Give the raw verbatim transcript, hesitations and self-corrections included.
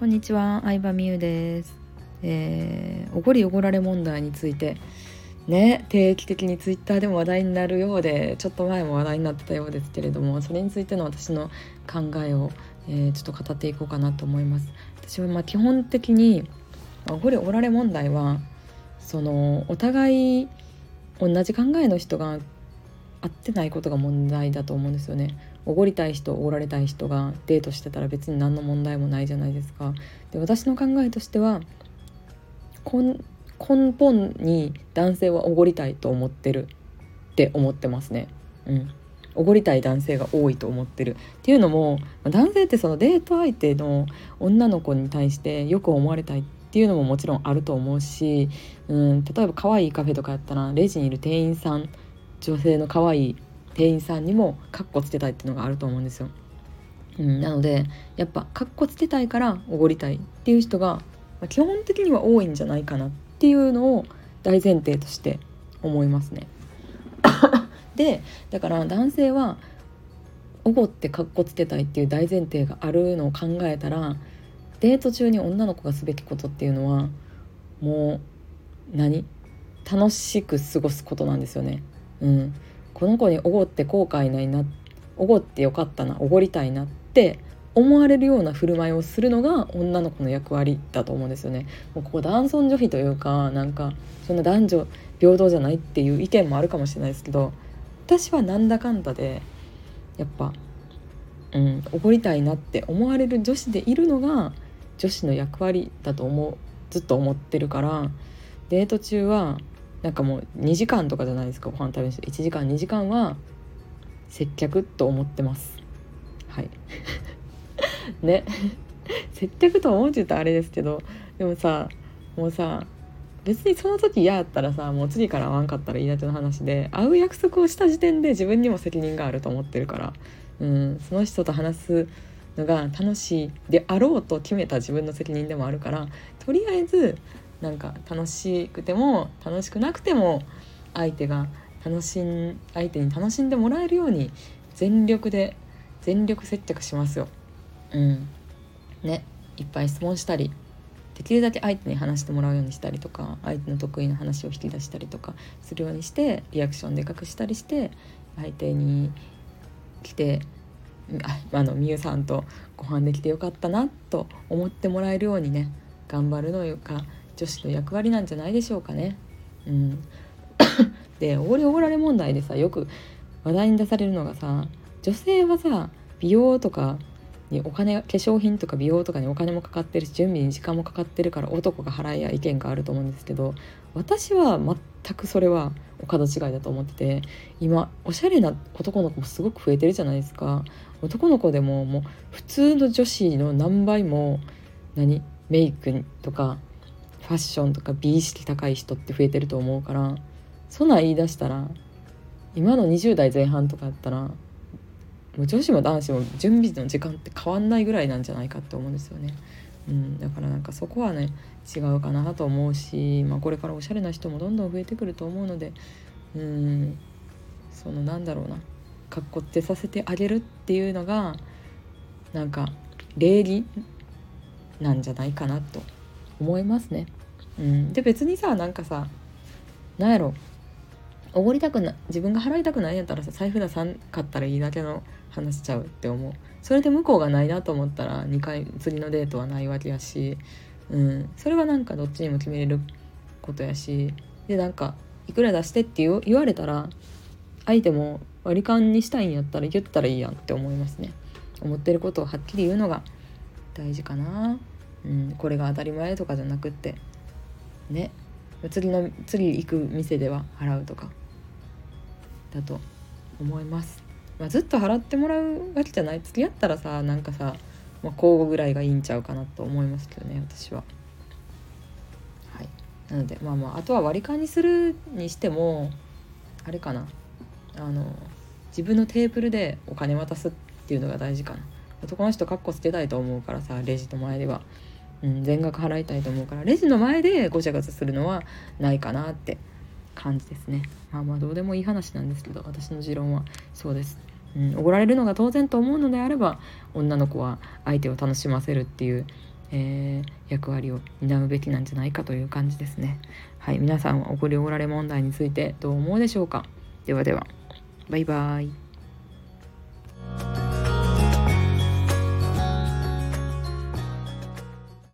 こんにちは、相葉美優です。えー、おごりおごられ問題についてね、定期的にツイッターでも話題になるようで、ちょっと前も話題になってたようですけれども、それについての私の考えを、えー、ちょっと語っていこうかなと思います。私はまあ基本的におごりおごられ問題は、そのお互い同じ考えの人が合ってないことが問題だと思うんですよね。おごりたい人おごられたい人がデートしてたら別に何の問題もないじゃないですか。で、私の考えとしては根本に男性はおごりたいと思ってるって思ってますね。うんおごりたい男性が多いと思ってるっていうのも、男性ってそのデート相手の女の子に対してよく思われたいっていうのももちろんあると思うし、うん、例えば可愛いカフェとかやったらレジにいる店員さん、女性の可愛い店員さんにもカッコつけたいっていうのがあると思うんですよ。うん、なのでやっぱカッコつけたいからおごりたいっていう人が、まあ、基本的には多いんじゃないかなっていうのを大前提として思いますね。で、だから男性はおごってカッコつけたいっていう大前提があるのを考えたら、デート中に女の子がすべきことっていうのはもう何楽しく過ごすことなんですよね。うん、この子におごって後悔ないな、おごってよかったな、おごりたいなって思われるような振る舞いをするのが女の子の役割だと思うんですよね。もうここ男尊女卑というか、なんかそんな男女平等じゃないっていう意見もあるかもしれないですけど、私はなんだかんだでやっぱうんおごりたいなって思われる女子でいるのが女子の役割だと思うずっと思ってるから、デート中はなんかもうにじかんとかじゃないですか、ご飯食べる人いちじかんにじかんは接客と思ってます。はいね接客と思うって言ったらあれですけど、でもさ、もうさ別にその時嫌やったらさ、もう次から会わんかったらいいだけの話で、会う約束をした時点で自分にも責任があると思ってるから、うん、その人と話すのが楽しいであろうと決めた自分の責任でもあるから、とりあえずなんか楽しくても楽しくなくても相手が楽しん相手に楽しんでもらえるように全力で全力接客しますよ。うんね、いっぱい質問したり、できるだけ相手に話してもらうようにしたりとか、相手の得意な話を引き出したりとかするようにして、リアクションでかくしたりして、相手に来てああのみゆさんとご飯できてよかったなと思ってもらえるようにね、頑張るのが女子の役割なんじゃないでしょうかね。うんで、おごりおごられ問題でさ、よく話題に出されるのがさ、女性はさ美容とかにお金、化粧品とか美容とかにお金もかかってるし、準備に時間もかかってるから男が払いや意見があると思うんですけど、私は全くそれはお門違いだと思ってて、今おしゃれな男の子もすごく増えてるじゃないですか。男の子でももう普通の女子の何倍も何メイクとかファッションとか美意識高い人って増えてると思うから、そんなん言い出したら今のにじゅう代前半とかやったらもう女子も男子も準備の時間って変わんないぐらいなんじゃないかって思うんですよね。うん、だからなんかそこはね違うかなと思うし、まあ、これからおしゃれな人もどんどん増えてくると思うので、うんそのなんだろうな、かっこつけさせてあげるっていうのがなんか礼儀なんじゃないかなと思いますね。うん、で別にさ、なんかさ、なんやろ、おごりたくな自分が払いたくないんやったらさ、財布出さんかったらいいだけの話しちゃうって思う。それで向こうがないなと思ったらにかい次のデートはないわけやし、うん、それはなんかどっちにも決めれることやし、でなんかいくら出してって言言われたら相手も割り勘にしたいんやったら言ったらいいやんって思いますね。思ってることをはっきり言うのが大事かな。うん、これが当たり前とかじゃなくってね、次の次行く店では払うとかだと思います。まあ、ずっと払ってもらうわけじゃない、付き合ったらさ、なんかさ、まあ、交互ぐらいがいいんちゃうかなと思いますけどね、私は。はい、なのでまあまああとは割り勘にするにしてもあれかな、あの自分のテーブルでお金渡すっていうのが大事かな。男の人カッコつけたいと思うからさ、レジの前では、うん、全額払いたいと思うから、レジの前でごちゃごちゃするのはないかなって感じですね。まあまあどうでもいい話なんですけど、私の持論はそうです。うん、おごられるのが当然と思うのであれば、女の子は相手を楽しませるっていうえー、役割を担うべきなんじゃないかという感じですね。はい、皆さんはおごりおごられ問題についてどう思うでしょうか。ではでは、バイバイ。